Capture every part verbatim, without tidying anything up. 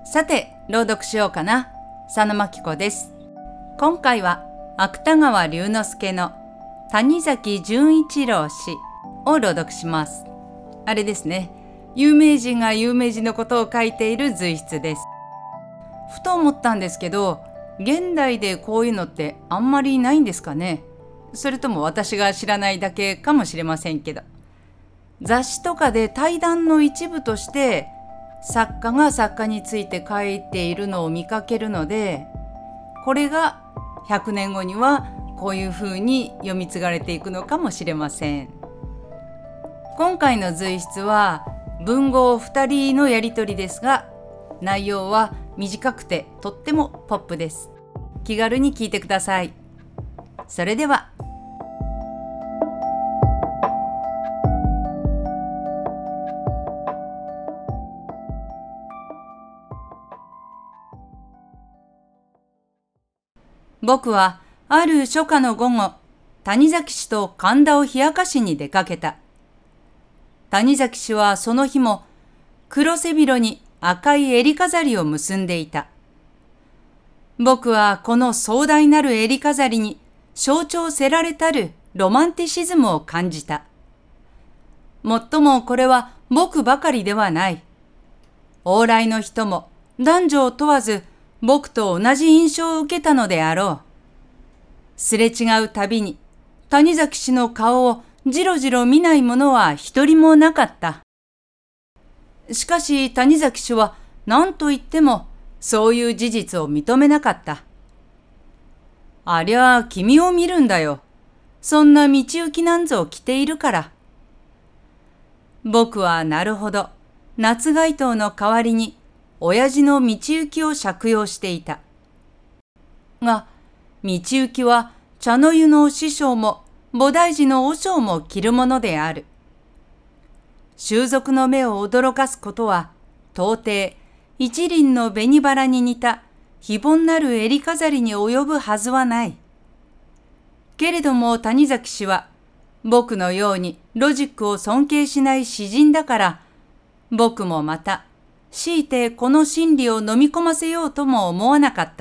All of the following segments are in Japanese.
さて、朗読しようかな。佐野真希子です。今回は芥川龍之介の谷崎潤一郎氏を朗読します。あれですね、有名人が有名人のことを書いている随筆です。ふと思ったんですけど、現代でこういうのってあんまりないんですかね。それとも私が知らないだけかもしれませんけど、雑誌とかで対談の一部として作家が作家について書いているのを見かけるので、これがひゃくねんごにはこういうふうに読み継がれていくのかもしれません。今回の随筆は文豪ふたりのやりとりですが、内容は短くてとってもポップです。気軽に聞いてください。それでは。僕はある初夏の午後、谷崎氏と神田を冷やかしに出かけた。谷崎氏はその日も黒背広に赤い襟飾りを結んでいた。僕はこの壮大なる襟飾りに象徴せられたるロマンティシズムを感じた。もっともこれは僕ばかりではない。往来の人も男女を問わず僕と同じ印象を受けたのであろう。すれ違うたびに谷崎氏の顔をじろじろ見ない者は一人もなかった。しかし谷崎氏は何と言ってもそういう事実を認めなかった。ありゃあ君を見るんだよ。そんな道行きなんぞを着ているから。僕はなるほど、夏街灯の代わりに親父の道行きを借用していた。が、道行きは茶の湯の師匠も菩提寺の和尚も着るものである。習俗の目を驚かすことは、到底一輪の紅バラに似た非凡なる襟飾りに及ぶはずはない。けれども谷崎氏は、僕のようにロジックを尊敬しない詩人だから、僕もまた、強いてこの真理を飲み込ませようとも思わなかった。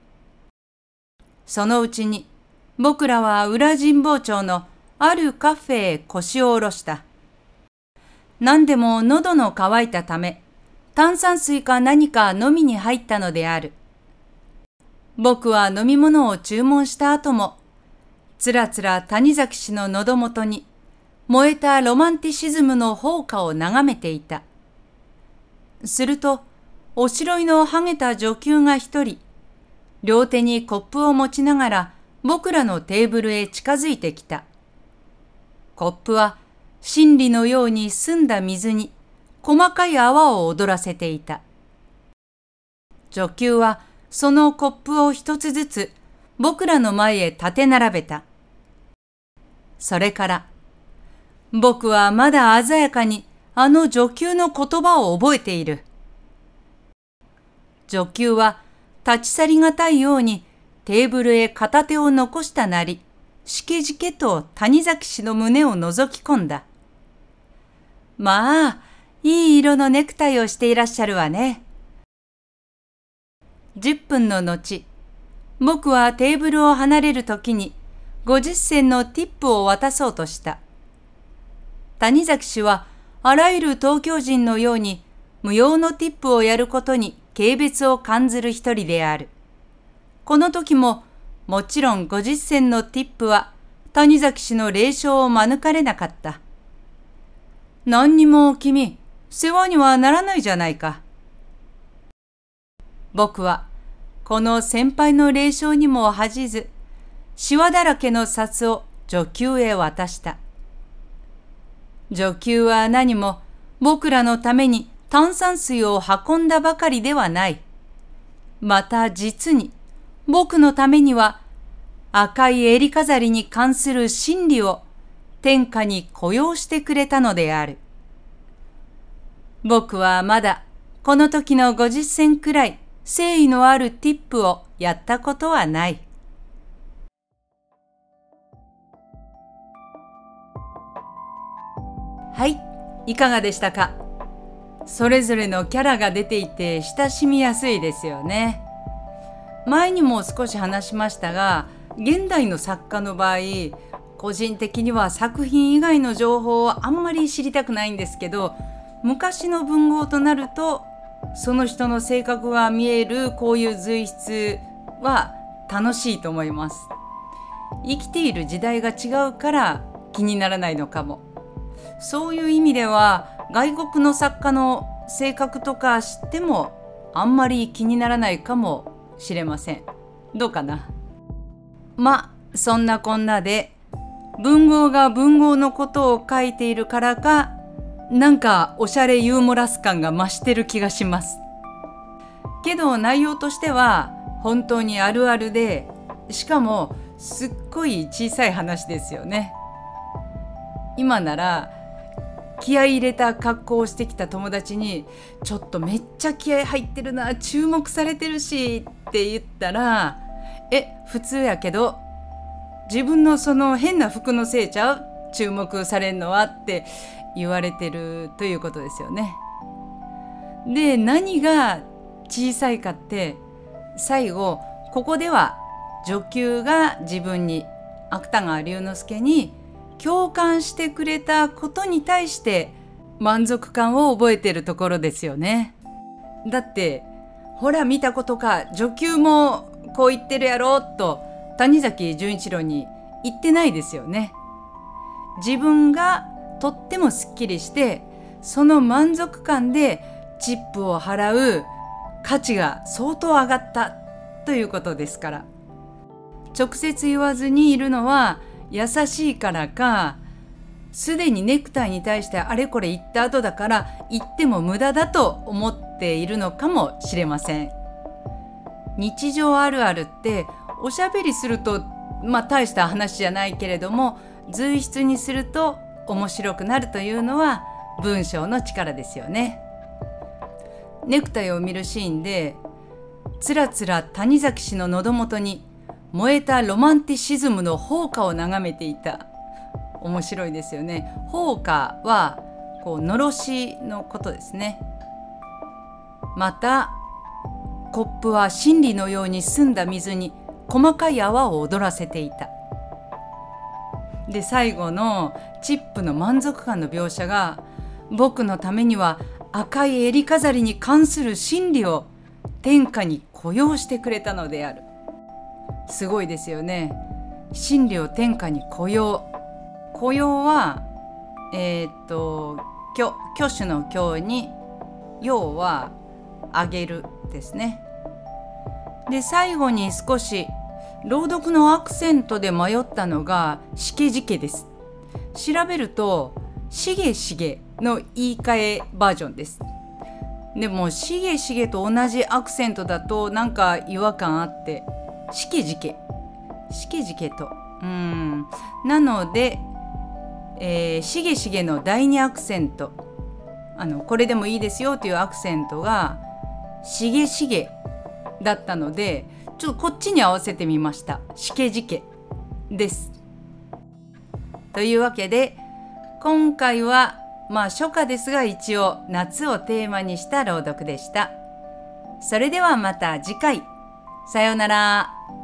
そのうちに、僕らは裏神保町のあるカフェへ腰を下ろした。何でも喉の渇いたため、炭酸水か何か飲みに入ったのである。僕は飲み物を注文した後も、つらつら谷崎氏の喉元に燃えたロマンティシズムの砲火を眺めていた。すると、おしろいのはげた女給が一人、両手にコップを持ちながら僕らのテーブルへ近づいてきた。コップは真理のように澄んだ水に細かい泡を踊らせていた。女給はそのコップを一つずつ僕らの前へ立て並べた。それから、僕はまだ鮮やかにあの女給の言葉を覚えている。女給は立ち去りがたいようにテーブルへ片手を残したなり、しけじけと谷崎氏の胸を覗き込んだ。まあ、いい色のネクタイをしていらっしゃるわね。じゅっぷんの後、僕はテーブルを離れるときにごじゅっせんのティップを渡そうとした。谷崎氏はあらゆる東京人のように無用のティップをやることに軽蔑を感ずる一人である。この時ももちろんごじゅっせんのティップは谷崎氏の礼賞を免れなかった。何にも君、世話にはならないじゃないか。僕はこの先輩の礼賞にも恥じず、シワだらけの札を女給へ渡した。女給は何も僕らのために炭酸水を運んだばかりではない。また実に僕のためには赤い襟飾りに関する真理を天下に雇用してくれたのである。僕はまだこの時のごじゅっせんくらい誠意のあるティップをやったことはない。はい、いかがでしたか。 それぞれのキャラが出ていて親しみやすいですよね。前にも少し話しましたが、現代の作家の場合、個人的には作品以外の情報をあんまり知りたくないんですけど、昔の文豪となるとその人の性格が見えるこういう随筆は楽しいと思います。生きている時代が違うから気にならないのかも。そういう意味では外国の作家の性格とか知ってもあんまり気にならないかもしれません。どうかな。まあそんなこんなで文豪が文豪のことを書いているからか、なんかおしゃれユーモラス感が増してる気がします。けど内容としては本当にあるあるで、しかもすっごい小さい話ですよね。今なら気合い入れた格好をしてきた友達に「ちょっとめっちゃ気合入ってるな、注目されてるし」って言ったら「え、普通やけど自分のその変な服のせいちゃう？注目されんのは」って言われてるということですよね。で、何が小さいかって、最後ここでは女給が自分に、芥川龍之介に共感してくれたことに対して満足感を覚えてるところですよね。だってほら見たことか、女給もこう言ってるやろと谷崎潤一郎に言ってないですよね。自分がとってもすっきりして、その満足感でチップを払う価値が相当上がったということですから。直接言わずにいるのは優しいからか、すでにネクタイに対してあれこれ言った後だから言っても無駄だと思っているのかもしれません。日常あるあるっておしゃべりするとまあ大した話じゃないけれども、随筆にすると面白くなるというのは文章の力ですよね。ネクタイを見るシーンでつらつら谷崎氏の喉元に燃えたロマンティシズムの砲火を眺めていた。面白いですよね。砲火はこうのろしのことですね。またコップは真理のように澄んだ水に細かい泡を踊らせていた。で、最後のチップの満足感の描写が、僕のためには赤い襟飾りに関する真理を天下に雇用してくれたのである。すごいですよね。真理を天下に雇用。雇用はえー、っと挙挙手の挙に要はあげるですね。で、最後に少し朗読のアクセントで迷ったのがしけじけです。調べるとしげしげの言い換えバージョンです。でもしげしげと同じアクセントだとなんか違和感あって、しけじけしけじけとうーんなので、えー、しげしげの第二アクセント、あのこれでもいいですよというアクセントがしげしげだったので、ちょっとこっちに合わせてみました。しけじけです。というわけで今回はまあ初夏ですが一応夏をテーマにした朗読でした。それではまた次回。さようなら。